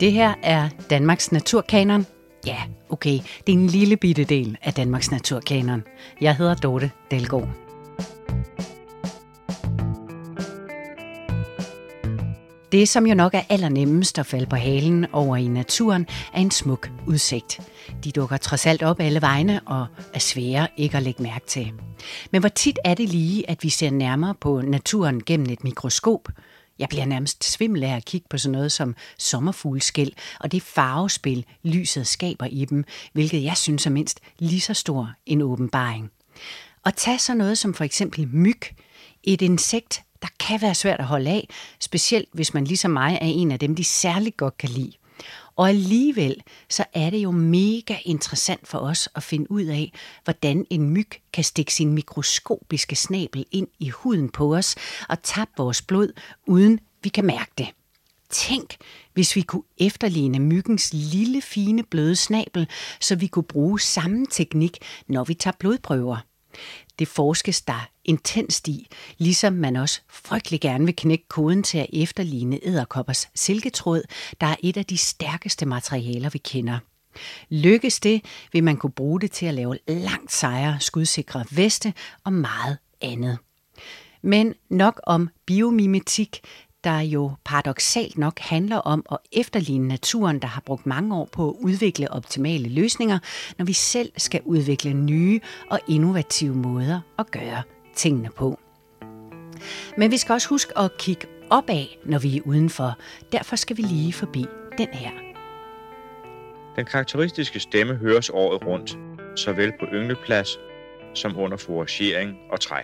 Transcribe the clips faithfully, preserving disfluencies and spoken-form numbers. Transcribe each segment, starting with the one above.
Det her er Danmarks Naturkanon. Ja, okay, det er en lille bitte del af Danmarks Naturkanon. Jeg hedder Dorte Dalgaard. Det, som jo nok er allernemmest at falde på halen over i naturen, er en smuk udsigt. De dukker trods alt op alle vegne og er svære ikke at lægge mærke til. Men hvor tit er det lige, at vi ser nærmere på naturen gennem et mikroskop? Jeg bliver nærmest svimmel af at kigge på sådan noget som sommerfugleskæl og det farvespil, lyset skaber i dem, hvilket jeg synes er mindst lige så stor en åbenbaring. Og tag så noget som for eksempel myg, et insekt, der kan være svært at holde af, specielt hvis man ligesom mig er en af dem, de særligt godt kan lide. Og alligevel så er det jo mega interessant for os at finde ud af, hvordan en myg kan stikke sin mikroskopiske snabel ind i huden på os og tappe vores blod, uden vi kan mærke det. Tænk, hvis vi kunne efterligne myggens lille, fine, bløde snabel, så vi kunne bruge samme teknik, når vi tager blodprøver. Det forskes der intenst i, ligesom man også frygtelig gerne vil knække koden til at efterligne edderkoppers silketråd, der er et af de stærkeste materialer, vi kender. Lykkes det, vil man kunne bruge det til at lave langt sejere skudsikre veste og meget andet. Men nok om biomimetik, der jo paradoksalt nok handler om at efterligne naturen, der har brugt mange år på at udvikle optimale løsninger, når vi selv skal udvikle nye og innovative måder at gøre tingene på. Men vi skal også huske at kigge opad, når vi er udenfor. Derfor skal vi lige forbi den her. Den karakteristiske stemme høres året rundt, såvel på yngleplads som under foragering og træk.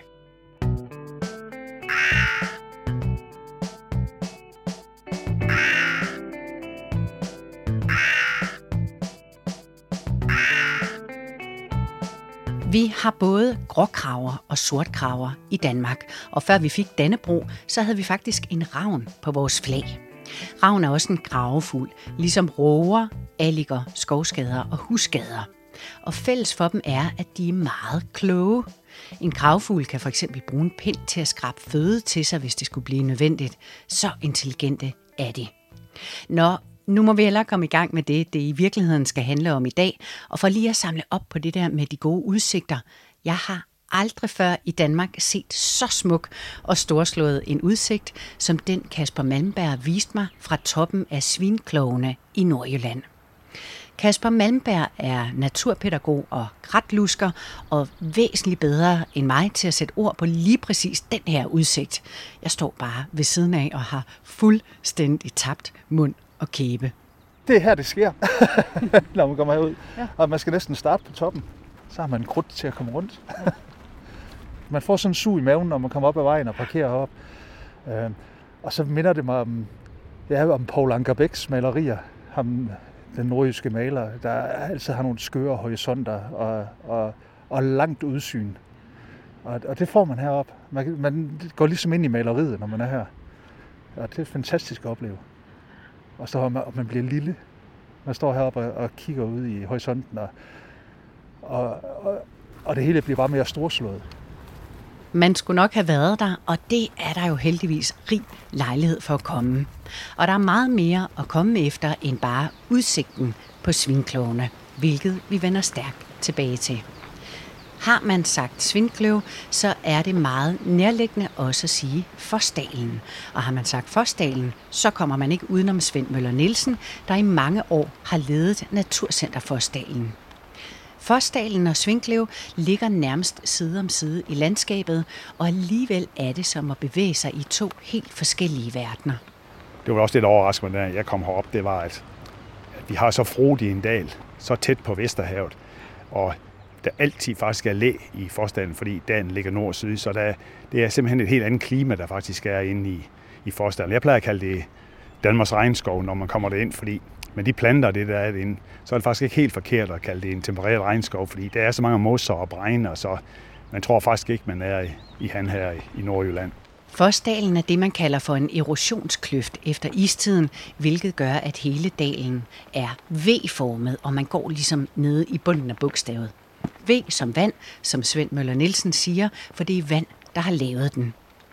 Vi har både gråkraver og sortkraver i Danmark, og før vi fik Dannebrog, så havde vi faktisk en ravn på vores flag. Ravn er også en gravefugl, ligesom råger, alliger, skovskader og husskader. Og fælles for dem er, at de er meget kloge. En gravefugl kan for eksempel bruge en pind til at skrabe føde til sig, hvis det skulle blive nødvendigt. Så intelligente er de. Nå, nu må vi hellere komme i gang med det, det i virkeligheden skal handle om i dag. Og for lige at samle op på det der med de gode udsigter. Jeg har aldrig før i Danmark set så smuk og storslået en udsigt, som den Kasper Malmberg viste mig fra toppen af Svinklovene i Nordjylland. Kasper Malmberg er naturpædagog og kratlusker og væsentligt bedre end mig til at sætte ord på lige præcis den her udsigt. Jeg står bare ved siden af og har fuldstændig tabt mund og kæbe. Det er her, det sker, når man kommer herud. Ja. Og man skal næsten starte på toppen. Så har man krudt til at komme rundt. Ja. Man får sådan en sug i maven, når man kommer op ad vejen og parkerer op. Øh, og så minder det mig om, ja, om Paul Anker Bechs malerier. Ham, den nordjyske maler, der altid har nogle skøre horisonter og, og, og langt udsyn. Og, og det får man heroppe. Man, man går ligesom ind i maleriet, når man er her. Og det er fantastisk at opleve. Og så man, og man bliver lille. Man står heroppe og, og kigger ud i horisonten, og, og, og, og det hele bliver bare mere storslået. Man skulle nok have været der, og det er der jo heldigvis rig lejlighed for at komme. Og der er meget mere at komme efter end bare udsigten på Svinklovene, hvilket vi vender stærkt tilbage til. Har man sagt Svinkløv, så er det meget nærliggende også at sige Fosdalen. Og har man sagt Fosdalen, så kommer man ikke udenom Svend Møller Nielsen, der i mange år har ledet Naturcenter Fosdalen. Fosdalen og Svinklev ligger nærmest side om side i landskabet, og alligevel er det som at bevæge sig i to helt forskellige verdener. Det var også lidt overraskende, da jeg kom herop, det var, at vi har så frodig en dal, så tæt på Vesterhavet, og der altid faktisk er læ i Fosdalen, fordi dalen ligger nord og syd, så der, det er simpelthen et helt andet klima, der faktisk er inde i, i Fosdalen. Jeg plejer at kalde det Danmarks regnskov, når man kommer derind, fordi men de planter det, der er derinde, så er det faktisk ikke helt forkert at kalde det en tempereret regnskov, fordi der er så mange mosser og bregner, så man tror faktisk ikke, man er i, i han her i, i Nordjylland. Fosdalen er det, man kalder for en erosionskløft efter istiden, hvilket gør, at hele dalen er V-formet, og man går ligesom nede i bunden af bogstavet. V som vand, som Svend Møller Nielsen siger, for det er vand, der har lavet den.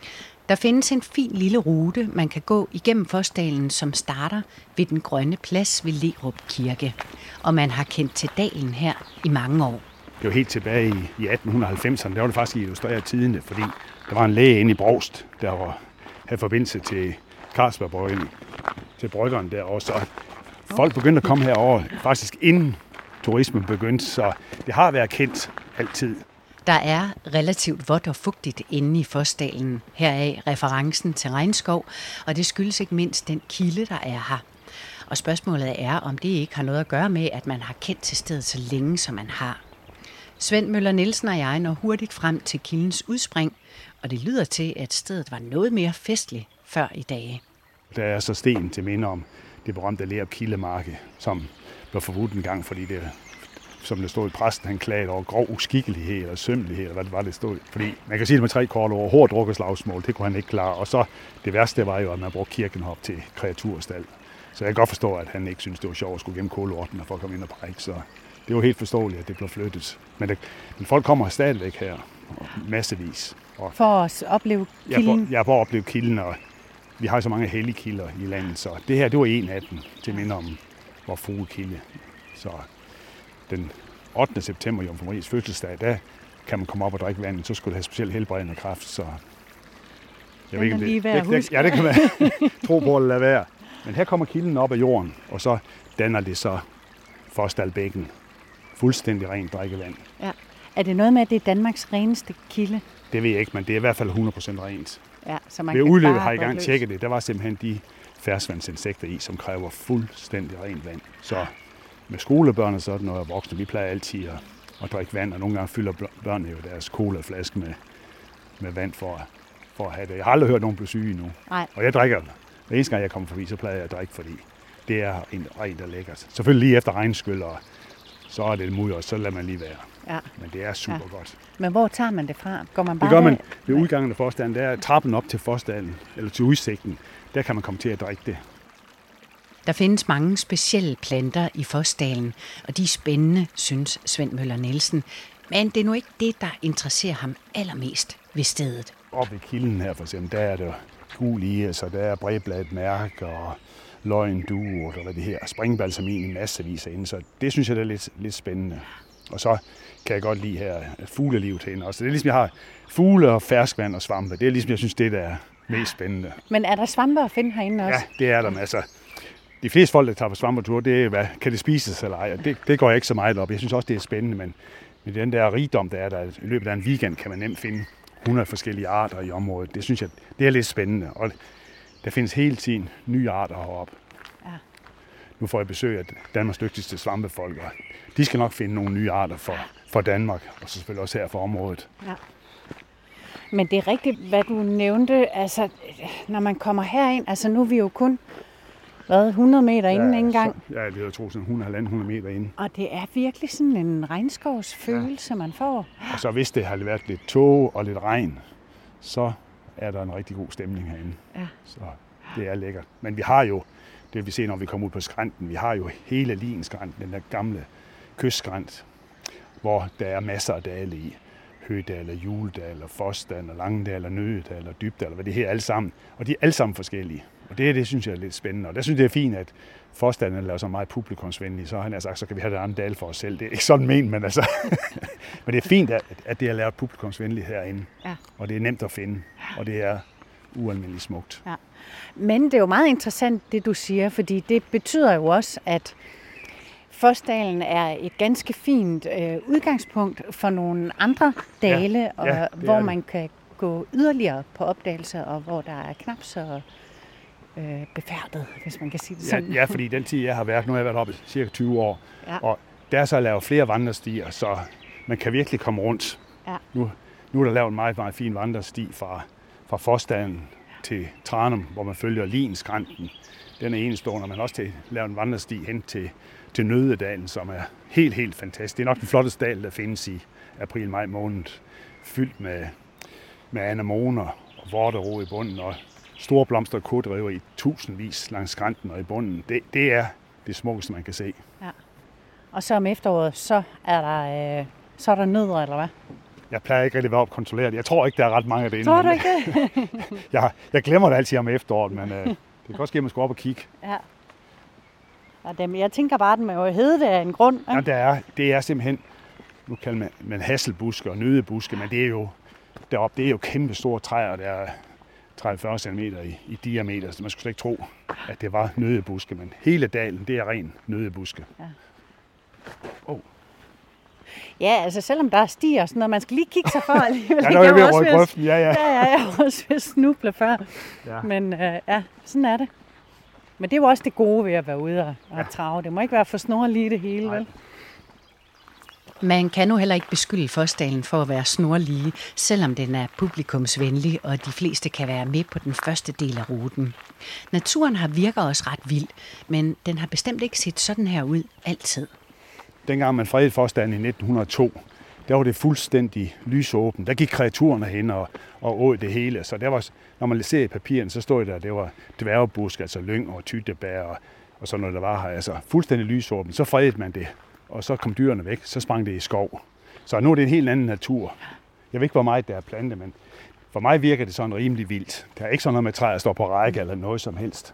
Der findes en fin lille rute, man kan gå igennem Fosdalen, som starter ved den grønne plads ved Lerup Kirke. Og man har kendt til dalen her i mange år. Det var helt tilbage i, i atten halvfemserne, der var det faktisk illustreret tidende, fordi der var en læge inde i Brovst, der var, havde forbindelse til Carlsberg, til bryggeren der, og så folk begyndte at komme herover faktisk inden turismen begyndte, så det har været kendt altid. Der er relativt vådt og fugtigt inde i Fosdalen, heraf referencen til regnskov, og det skyldes ikke mindst den kilde, der er her. Og spørgsmålet er, om det ikke har noget at gøre med, at man har kendt til stedet så længe, som man har. Svend Møller Nielsen og jeg når hurtigt frem til kildens udspring, og det lyder til, at stedet var noget mere festligt før i dag. Der er så sten til minde om det berømte Lerup Kildemarke, som blev forbudt en gang, fordi det, som det stod i præsten, han klagede over grov uskikkelighed eller sømmelighed, eller hvad det var, det stod. Fordi man kan sige det med tre kort ord, hårdt drukkeslagsmål, det kunne han ikke klare. Og så det værste var jo, at man brugte kirken op til kreaturstal. Så jeg kan godt forstå, at han ikke synes det var sjovt at skulle gennem kålorten for at komme ind og prædike. Så det var helt forståeligt, at det blev flyttet. Men, det, men folk kommer stadigvæk her, massevis. Og for at opleve kilden? Jeg har bare oplevet kilden, og vi har så mange hellige kilder i landet, så det her, det var en af dem, til minde om vor Frue Kilde. Så den ottende september, Jomfru Maries fødselsdag, der kan man komme op og drikke vandet, så skulle det have specielt helbredende kraft, så jeg ved ikke, om det, det, det, ja, det kan man tro på at lade være. Men her kommer kilden op af jorden, og så danner det så Fosdalbækken. Fuldstændig rent drikkevand. Ja. Er det noget med, at det er Danmarks reneste kilde? Det ved jeg ikke, men det er i hvert fald hundrede procent rent. Ja, så man Ved kan udløbet bare har jeg i gang løs. tjekket det. Der var simpelthen de ferskvandsinsekter i, som kræver fuldstændig rent vand. Så med skolebørn og sådan noget, voksne, vi plejer altid at, at drikke vand, og nogle gange fylder børnene jo deres colaflaske med, med vand for, for at have det. Jeg har aldrig hørt nogen blive syge endnu. Nej. Og jeg drikker den. Hver eneste gang jeg kommer forbi, så plejer jeg at drikke, fordi det er rent og lækkert. Selvfølgelig lige efter regnskyld, og så er det mudder, så lader man lige være. Ja. Men det er super ja. godt. Men hvor tager man det fra? Går man bare det gør man der? ved udgangen af Fosdalen. Der er trappen op til Fosdalen, eller til udsigten. Der kan man komme til at drikke det. Der findes mange specielle planter i Fosdalen, og de er spændende, synes Svend Møller Nielsen. Men det er nu ikke det, der interesserer ham allermest ved stedet. Oppe ved kilden her for eksempel, der er der gul is, og der er bredbladet mærk og løgndue, og hvad det her, springbalsamin i massevis inde, så det synes jeg, det er lidt, lidt spændende. Og så kan jeg godt lide her fuglelivet herinde også. Det er ligesom, jeg har fugle og ferskvand og svampe. Det er ligesom, jeg synes, det der er mest spændende. Men er der svampe at finde herinde også? Ja, det er der masser. De fleste folk, der tager på svampetur, det er, hvad, kan det spises eller ej? Det, det går jeg ikke så meget op. Jeg synes også, det er spændende, men med den der rigdom, der er der, i løbet af en weekend kan man nemt finde hundrede forskellige arter i området. Det synes jeg, det er lidt spændende. Og der findes hele tiden nye arter heroppe. Ja. Nu får jeg besøg af Danmarks dygtigste svampefolk, og de skal nok finde nogle nye arter for, for Danmark, og så selvfølgelig også her for området. Ja. Men det er rigtigt, hvad du nævnte, altså når man kommer herind, altså nu er vi jo kun hvad, hundrede meter inden ja, engang. Ja, det er jo sådan hundrede til hundrede meter inden. Og det er virkelig sådan en regnskovsfølelse, ja. Man får. Og så hvis det har været lidt tåge og lidt regn, så er der en rigtig god stemning herinde. Ja. Så det er lækkert. Men vi har jo, det vi ser, når vi kommer ud på skrænten, vi har jo hele Lienskrænten, den der gamle kystskrænt, hvor der er masser af dale i. Hødal, Juledal, Fosdal, Langdal, Nødedal og Dybdal, hvad det her alle sammen. Og de er alle sammen forskellige. Og det, det synes jeg er lidt spændende. Og der synes jeg, det er fint, at Fosdalen laver så meget publikumsvenlige. Så har han sagt, så kan vi have det andet dal for os selv. Det er ikke sådan ment, men altså. Men det er fint, at, at det er lavet publikumsvenligt herinde. Ja. Og det er nemt at finde. Og det er ualmindeligt smukt. Ja. Men det er jo meget interessant, det du siger, fordi det betyder jo også, at Fosdalen er et ganske fint øh, udgangspunkt for nogle andre dale, ja, og, ja, hvor man kan gå yderligere på opdagelser, og hvor der er knap så øh, befærdet, hvis man kan sige det sådan. Ja, ja, fordi den tid, jeg har været, nu har jeg været oppe i cirka tyve år, ja. Og der er så lavet flere vandrestier, så man kan virkelig komme rundt. Ja. Nu, nu er der lavet en meget, meget fin vandresti fra, fra Fosdalen til Tranum, hvor man følger Lienskrænten. Den er enestående, man også til lavet en vandresti hen til til Nødedalen, som er helt, helt fantastisk. Det er nok den flotteste dal, der findes i april-maj måned, fyldt med, med anemoner og vorterå i bunden, og store blomster og kordriver i tusindvis langs skrænten og i bunden. Det, det er det smukkeste, man kan se. Ja. Og så om efteråret, så er der, øh, så er der nødder, eller hvad? Jeg plejer ikke rigtig at være op kontrolleret. Jeg tror ikke, der er ret mange af det inde. Tror du ikke det? jeg, jeg glemmer det altid om efteråret, men øh, det kan også ske, at man skal op og kigge. Ja. Og dem, jeg tænker bare, at den må jo hedde det af en grund. Ikke? Ja, det er, det er simpelthen, nu kalder man, man hasselbuske og nødebuske, men det er jo deroppe, det er jo kæmpe store træer, der er tredive til fyrre centimeter i, i diameter, så man skulle slet ikke tro, at det var nødebuske, men hele dalen, det er ren nødebuske. Ja. Oh. Ja, altså selvom der er stier og sådan noget, man skal lige kigge sig for alligevel. Ja, der er jeg ved at røge grøften, ja, ja. Ja, ja, jeg har også ved at snuble før. Ja. Men øh, ja, sådan er det. Men det er jo også det gode ved at være ude og, og ja. trave. Det må ikke være for snorlige det hele, vel? Man kan nu heller ikke beskylde Fosdalen for at være snorlige, selvom den er publikumsvenlig, og de fleste kan være med på den første del af ruten. Naturen har virker også ret vild, men den har bestemt ikke set sådan her ud altid. Dengang man fredede Fosdalen i nitten hundrede og to, der var det fuldstændig lysåben. Der gik kreaturerne hen og, og åd det hele. Så der var, når man ser i papirerne, så stod der, at det var dværgebusk, altså lyng og tyttebær og, og sådan noget, der var her. Altså fuldstændig lysåben. Så fredede man det, og så kom dyrene væk. Så sprang det i skov. Så nu er det en helt anden natur. Jeg ved ikke, hvor meget der er plante, men for mig virker det sådan rimelig vildt. Der er ikke sådan noget med træer, der står på række eller noget som helst.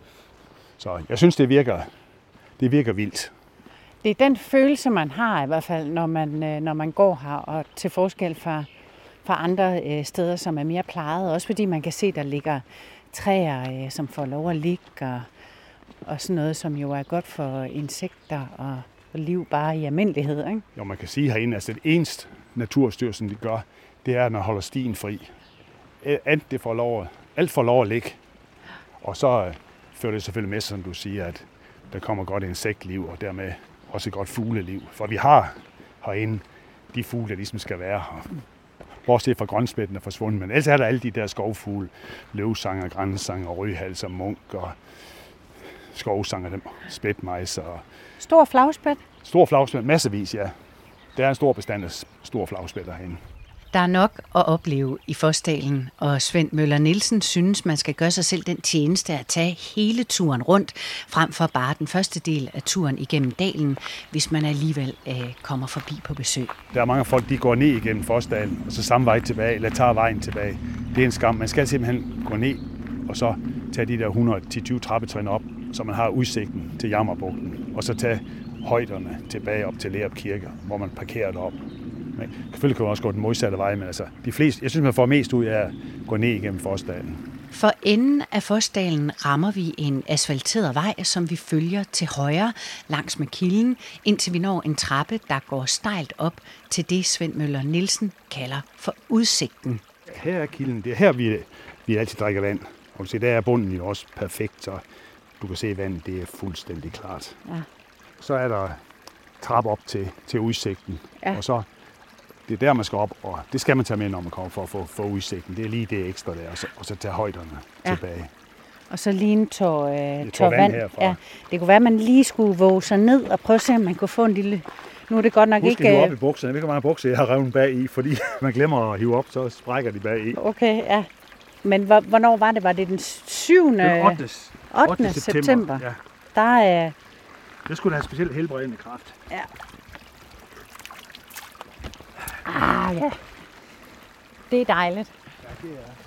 Så jeg synes, det virker, det virker vildt. Det er den følelse, man har i hvert fald, når man, når man går her, og til forskel fra, fra andre steder, som er mere plejet. Også fordi man kan se, der ligger træer, som får lov at ligge, og, og sådan noget, som jo er godt for insekter og, og liv bare i almindelighed. Ikke? Jo, man kan sige herinde, at altså det eneste Naturstyrelsen de gør, det er, at man holder stien fri. Alt, det får lov, alt får lov at ligge. Og så fører det selvfølgelig med, som du siger, at der kommer godt insektliv, og dermed også et godt fugleliv. For vi har herinde de fugle, der ligesom skal være her. Bortset fra grønspætten er forsvundet, men ellers er der alle de der skovfugle, løvsanger, grænsanger, rødhals og munk og skovsanger, dem, spætmejs og... Stor flagspæt? Stor flagspæt, massevis, ja. Der er en stor bestand af store flagspætter herinde. Der er nok at opleve i Fosdalen, og Svend Møller Nielsen synes, man skal gøre sig selv den tjeneste at tage hele turen rundt, frem for bare den første del af turen igennem dalen, hvis man alligevel øh, kommer forbi på besøg. Der er mange folk, de går ned igennem Fosdalen, og så samme vej tilbage, eller tager vejen tilbage. Det er en skam. Man skal simpelthen gå ned, og så tage de der hundrede til tyve trappetrin op, så man har udsigten til Jammerbugten, og så tage højderne tilbage op til Lerup Kirke, hvor man parkerer derop. Men selvfølgelig kan man også gå den modsatte vej, men altså, de fleste, jeg synes, man får mest ud af at gå ned igennem Fosdalen. For enden af Fosdalen rammer vi en asfalteret vej, som vi følger til højre langs med kilden, indtil vi når en trappe, der går stejlt op til det, Svend Møller Nielsen kalder for udsigten. Her er kilden. Det er her, vi, vi altid drikker vand. Og se, der er bunden jo også perfekt, så du kan se, at vandet det er fuldstændig klart. Ja. Så er der trappe op til, til udsigten, ja. Og så det er der, man skal op, og det skal man tage med, når man kommer for at få, få udsigten. Det er lige det ekstra der, og så, og så tage højderne ja. tilbage. Og så lige en tår, øh, tår vand. vand. Ja. Det kunne være, at man lige skulle våge sig ned og prøve at se, om man kunne få en lille... Nu er det godt nok Husk ikke... Husk at hive op i bukserne. Jeg ved ikke, hvor mange bukser jeg har revet bag i, fordi man glemmer at hive op, så sprækker de bag i. Okay, ja. Men hvornår var det? Var det den syvende... Den ottende ottende september. Ja. Der er... Øh... Det skulle da have specielt helbredende kraft. Ja. Ah, ja. Det er dejligt. Ja, det er lækkert.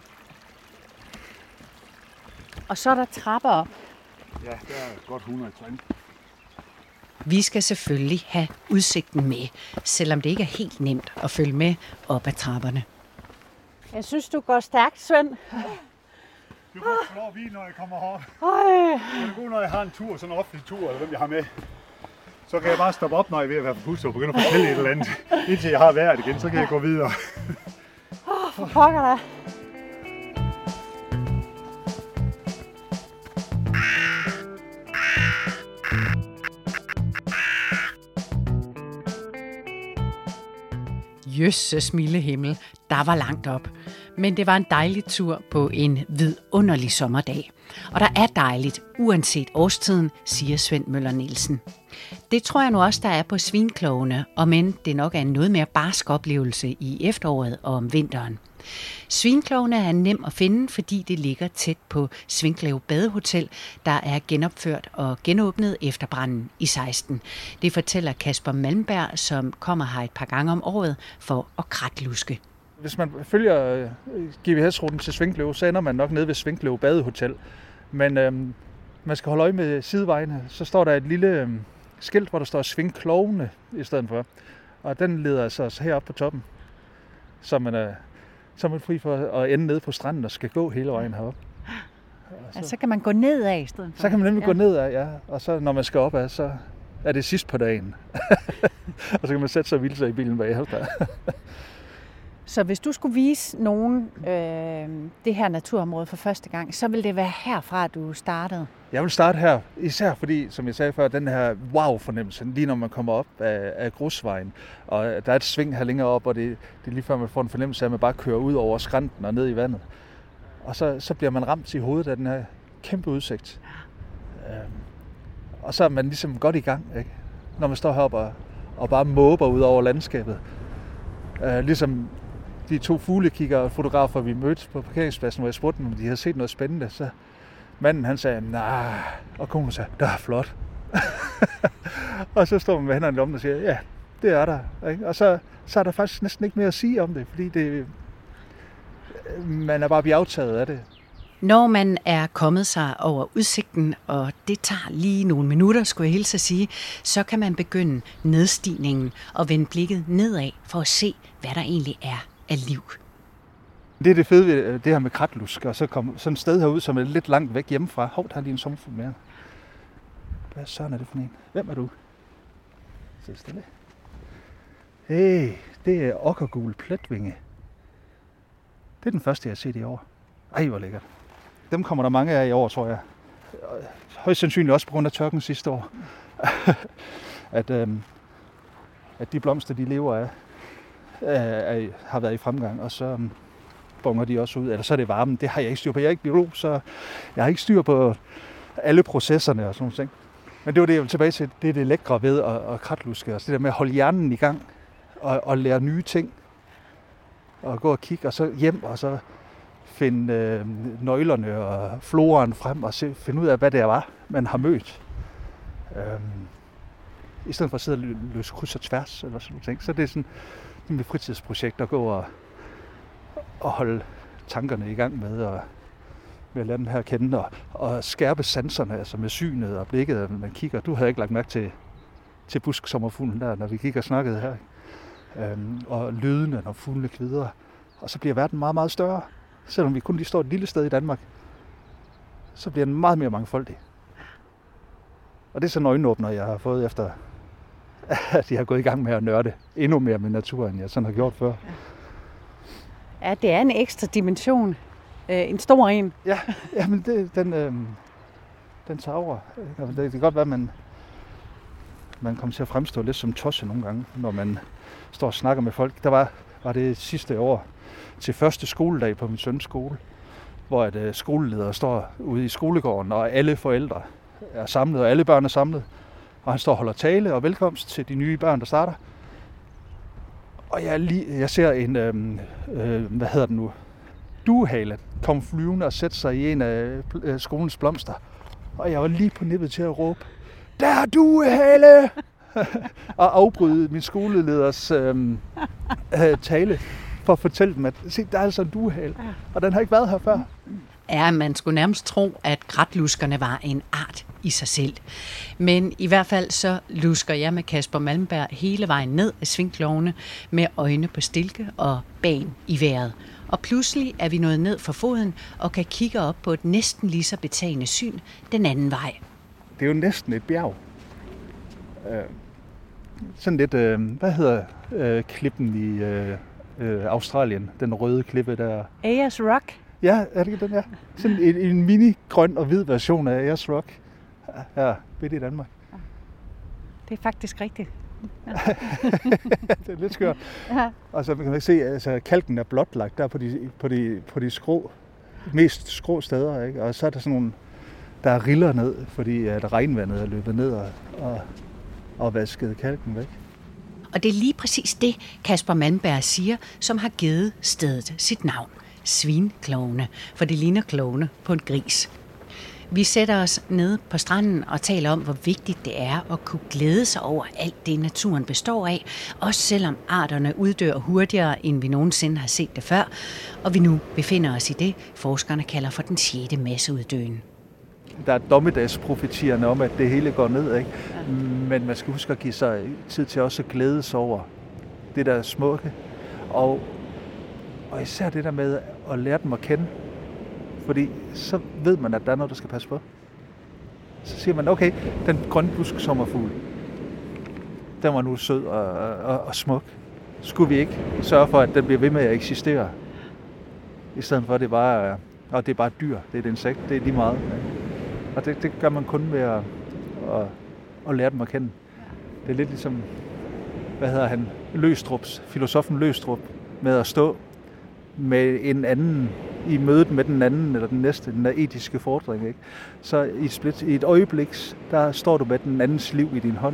Og så er der trapper op. Ja, der er godt hundrede trin. Vi skal selvfølgelig have udsigten med, selvom det ikke er helt nemt at følge med op ad trapperne. Jeg synes, du går stærkt, Svend. Du får få lov at hvile, når jeg kommer herop. Øj. Det er god, når jeg har en tur, sådan en offentlig tur, eller hvem jeg har med. Så kan jeg bare stoppe op, når jeg er ved at være forpustet og begynde at fortælle et eller andet. Indtil jeg har været igen, så kan jeg gå videre. Åh, oh, for pokker da. Jøsses milde himmel, der var langt op. Men det var en dejlig tur på en vidunderlig sommerdag. Og der er dejligt, uanset årstiden, siger Svend Møller Nielsen. Det tror jeg nu også, der er på Svinklovene, og men det nok er en noget mere barsk oplevelse i efteråret og om vinteren. Svinklovene er nem at finde, fordi det ligger tæt på Svinklev Badehotel, der er genopført og genåbnet efter branden i seksten. Det fortæller Kasper Malmberg, som kommer her et par gange om året for at kratluske. Hvis man følger G P S-ruten til Svinklev, så ender man nok nede ved Svinklev Badehotel. Men øhm, man skal holde øje med sidevejene. Så står der et lille øhm, skilt, hvor der står Svinklovene i stedet for. Og den leder altså heroppe på toppen. Så man er, så er man fri for at ende nede på stranden og skal gå hele vejen heroppe. Så, ja, så kan man gå nedad i stedet for. Så kan man nemlig ja. gå nedad, ja. Og så når man skal opad, så er det sidst på dagen. Og så kan man sætte sig og hvile sig i bilen bagefter. Så hvis du skulle vise nogen øh, det her naturområde for første gang, så vil det være herfra, du startede? Jeg vil starte her, især fordi, som jeg sagde før, den her wow-fornemmelse, lige når man kommer op af, af grusvejen. Og der er et sving her længere op, og det, det er lige før man får en fornemmelse af, at man bare kører ud over skrænten og ned i vandet. Og så, så bliver man ramt i hovedet af den her kæmpe udsigt. Ja. Øhm, og så er man ligesom godt i gang, ikke? Når man står heroppe og, og bare måber ud over landskabet. Øh, ligesom de to fuglekigger og fotografer, vi mødte på parkeringspladsen, hvor jeg spurgte dem, om de havde set noget spændende. Så manden, han sagde, nej, og konen sagde, det er flot. Og så står man med hænderne om og siger, ja, det er der. Ikke? Og så, så er der faktisk næsten ikke mere at sige om det, fordi det, man er bare bjergtaget af det. Når man er kommet sig over udsigten, og det tager lige nogle minutter, skulle jeg hilse at sige, så kan man begynde nedstigningen og vende blikket nedad for at se, hvad der egentlig er af liv. Det er det fede ved det her med kratlusk, og så komme sådan et sted herud, som er lidt langt væk hjemmefra. Hov, der er lige en sommerfugl mere. Hvad søren er det for en? Hvem er du? Så stille. Hey, det er okkergul pletvinge. Det er den første, jeg har set i år. Ej, hvor lækkert. Dem kommer der mange af i år, tror jeg. Højst sandsynligt også på grund af tørken sidste år. at, øhm, at de blomster, de lever af, øh, har været i fremgang, og så øhm, bonger de også ud. Eller så er det varmen. Det har jeg ikke styr på. Jeg er ikke biolog, så jeg har ikke styr på alle processerne og sådan noget ting. Men det var det, jeg vil tilbage til. Det er det lækre ved at, at kratluske. Altså det der med at holde hjernen i gang og, og lære nye ting. Og gå og kigge, og så hjem, og så finde øh, nøglerne og floraen frem, og se, finde ud af, hvad det var, man har mødt. Øhm, I stedet for at sidde og løse kryds og tværs, eller sådan noget. Så det er sådan et fritidsprojekt, at gå og, og holde tankerne i gang med, og med at lade den her kende, og, og skærpe sanserne, altså med synet og blikket, når man kigger. Du havde ikke lagt mærke til, til busksommerfuglen der, når vi gik og snakkede her. Øhm, og lydene, når fuglene kvidrer. Og så bliver verden meget, meget større. Selvom vi kun lige står et lille sted i Danmark, så bliver den meget mere mangfoldig. Og det er sådan en øjenåbner, jeg har fået efter, at jeg har gået i gang med at nørde endnu mere med naturen, end jeg sådan har gjort før. Ja, det er en ekstra dimension. En stor en. Ja, jamen det, den, øh, den tager over. Det kan godt være, at man, man kommer til at fremstå lidt som tosse nogle gange, når man står og snakker med folk. Der var, var det sidste år til første skoledag på min søns skole, hvor et øh, skoleleder står ude i skolegården, og alle forældre er samlet, og alle børn er samlet. Og han står og holder tale og velkomst til de nye børn, der starter. Og jeg, lige, jeg ser en, øh, øh, hvad hedder den nu, duehale komme flyvende og sætte sig i en af øh, skolens blomster. Og jeg var lige på nippet til at råbe, der er duehale! og afbryde min skoleleders øh, øh, tale for at fortælle dem, at se, der er altså en duehale, og den har ikke været her før. Ja, man skulle nærmest tro, at kratluskerne var en art i sig selv. Men i hvert fald så lusker jeg med Kasper Malmberg hele vejen ned af Svinklovene med øjne på stilke og ben i vejret. Og pludselig er vi nået ned for foden og kan kigge op på et næsten lige så betagende syn den anden vej. Det er jo næsten et bjerg. Øh, sådan lidt, øh, hvad hedder øh, klippen i øh, øh, Australien? Den røde klippe der. Ayers Rock? Ja, er det ikke den her? Sådan en, en mini-grøn og hvid version af Ayers Rock. Ja, midt i Danmark. Det er faktisk rigtigt. Ja. Det er lidt skørt. Ja. Og så kan man se, at altså, kalken er blotlagt der på de, på de, på de skrå, mest skrå steder. Ikke? Og så er der sådan nogle, der er riller ned, fordi at regnvandet er løbet ned og, og, og vasket kalken væk. Og det er lige præcis det, Kasper Malmberg siger, som har givet stedet sit navn. Svinklovne, for det ligner klovne på en gris. Vi sætter os ned på stranden og taler om, hvor vigtigt det er at kunne glæde sig over alt det, naturen består af, også selvom arterne uddør hurtigere, end vi nogensinde har set det før, og vi nu befinder os i det, forskerne kalder for den sjette masseuddøen. Der er dommedagsprofetierne om, at det hele går ned, ikke? Ja. Men man skal huske at give sig tid til også at glæde sig over det, der er smukke, og, og især det der med at lære dem at kende. Fordi så ved man, at der er noget, der skal passe på. Så siger man, okay, den grønne busk sommerfugl, den var nu sød og, og, og smuk. Skulle vi ikke sørge for, at den bliver ved med at eksistere? I stedet for, at det bare, og det er bare et dyr, det er et insekt, det er lige meget. Og det, det gør man kun ved at, at, at lære dem at kende. Det er lidt ligesom, hvad hedder han, Løgstrups, filosofen Løgstrup, med at stå med en anden i mødet med den anden eller den næste, den der etiske fordring, ikke? Så i et, split, i et øjeblik, der står du med den andens liv i din hånd,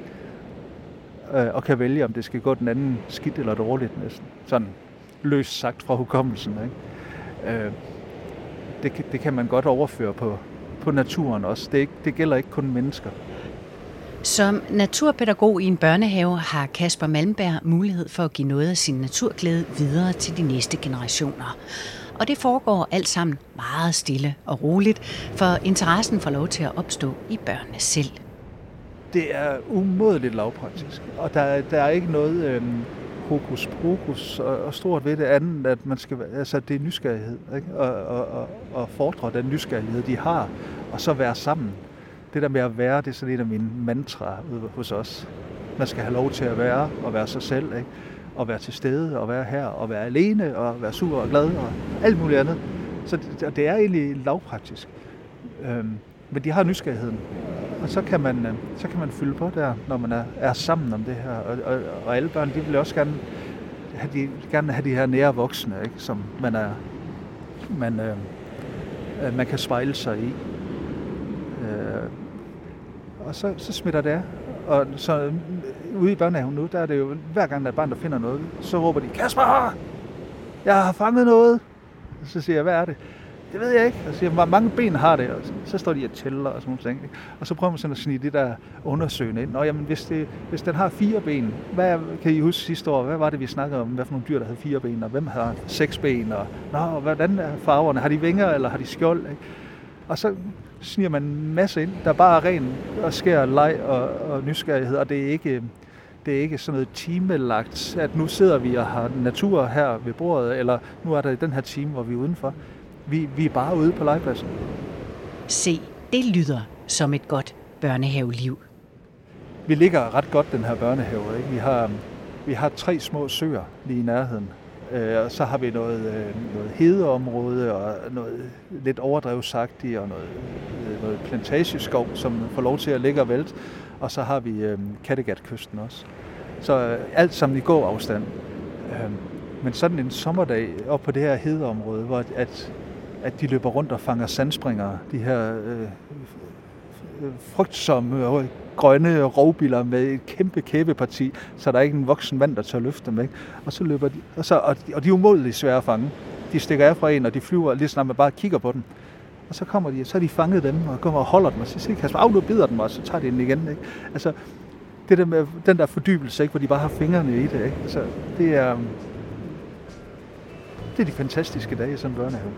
ikke? Øh, og kan vælge, om det skal gå den anden skidt eller dårligt næsten. Sådan løst sagt fra hukommelsen, ikke? Øh, det, det kan man godt overføre på, på naturen også. Det, er ikke, det gælder ikke kun mennesker. Som naturpædagog i en børnehave har Kasper Malmberg mulighed for at give noget af sin naturglæde videre til de næste generationer. Og det foregår alt sammen meget stille og roligt, for interessen får lov til at opstå i børnene selv. Det er umådeligt lavpraktisk, og der, der er ikke noget øhm, hokus pokus og, og stort ved det andet, at man skal, altså det er nysgerrighed, ikke? Og, og, og, og fordre den nysgerrighed, de har, og så være sammen. Det der med at være, det er sådan et af mine mantraer ude hos os. Man skal have lov til at være og være sig selv, ikke? Og være til stede og være her og være alene og være sur og glad og alt muligt andet. Så det, det er egentlig lavpraktisk. Øhm, men de har nysgerrigheden, og så kan man, så kan man fylde på der, når man er, er sammen om det her. Og, og, og alle børn, de vil også gerne have de, gerne have de her nære voksne, ikke? Som man, er, man, øh, man kan spejle sig i. Øh, og så, så smitter det af. Og så ude i børnehaven nu, der er det jo, hver gang der er et barn, der finder noget, så råber de, Kasper, jeg har fanget noget. Og så siger jeg, hvad er det? Det ved jeg ikke. Og så siger jeg, hvor mange ben har det? Og så står de og tæller og sådan nogle ting. Og så prøver man sådan at snige det der undersøgende ind. Nå, jamen, hvis, det, hvis den har fire ben, hvad kan I huske sidste år? Hvad var det, vi snakkede om? Hvad for nogle dyr, der havde fire ben? Og hvem har seks ben? Og nå, hvordan er farverne? Har de vinger, eller har de skjold? Ikke? Og så sniger man en masse ind, der bare er ren og skær leg og, og nysgerrighed, og det er ikke, det er ikke sådan noget timelagt, at nu sidder vi og har natur her ved bordet, eller nu er der den her time, hvor vi er udenfor. Vi, vi er bare ude på legepladsen. Se, det lyder som et godt børnehaveliv. Vi ligger ret godt, den her børnehave, ikke? Vi har, vi har tre små søer lige i nærheden. Og så har vi noget, noget hedeområde og noget lidt overdrevsagtigt og noget, noget plantageskov, som får lov til at ligge og vælte. Og så har vi øhm, Kattegatkysten også. Så øh, alt sammen i gåafstand. Øhm, men sådan en sommerdag op på det her hedeområde, hvor at, at de løber rundt og fanger sandspringere, de her øh, frygtsomme og grønne rovbiller med et kæmpe kæbeparti, så der er ikke en voksen mand, der tør løfte dem, ikke? Og så løber de, og, så, og, de, og de er umådeligt svære at fange. De stikker af fra en, og de flyver lige snart man bare kigger på dem. Og så kommer de, så har de fanget dem, og kommer og holder dem, og så siger Kasper, af, du bider dem, og så tager de den igen, ikke? Altså, det der med den der fordybelse, ikke? Hvor de bare har fingrene i det, ikke? Altså, det er, det er de fantastiske dage i sådan en børnehave.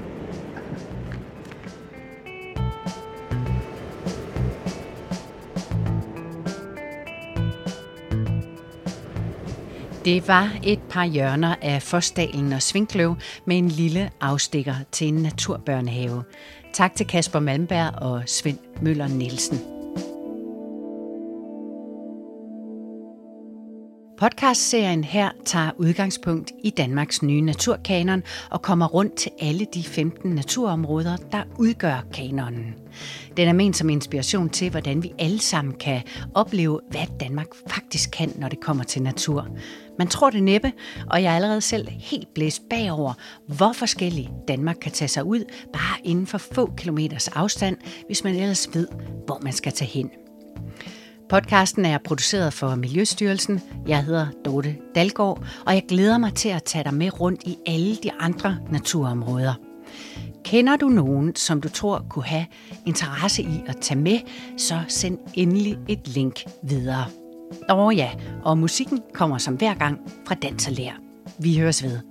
Det var et par hjørner af Fosdalen og Svinkløv med en lille afstikker til en naturbørnehave. Tak til Kasper Malmberg og Svend Møller Nielsen. Podcastserien her tager udgangspunkt i Danmarks nye naturkanon og kommer rundt til alle de femten naturområder, der udgør kanonen. Den er ment som inspiration til, hvordan vi alle sammen kan opleve, hvad Danmark faktisk kan, når det kommer til natur. Man tror det næppe, og jeg er allerede selv helt blæst bagover, hvor forskelligt Danmark kan tage sig ud, bare inden for få kilometers afstand, hvis man ellers ved, hvor man skal tage hen. Podcasten er produceret for Miljøstyrelsen. Jeg hedder Dorte Dalgaard, og jeg glæder mig til at tage dig med rundt i alle de andre naturområder. Kender du nogen, som du tror kunne have interesse i at tage med, så send endelig et link videre. Og ja, og musikken kommer som hver gang fra Dans og Lær. Vi høres ved.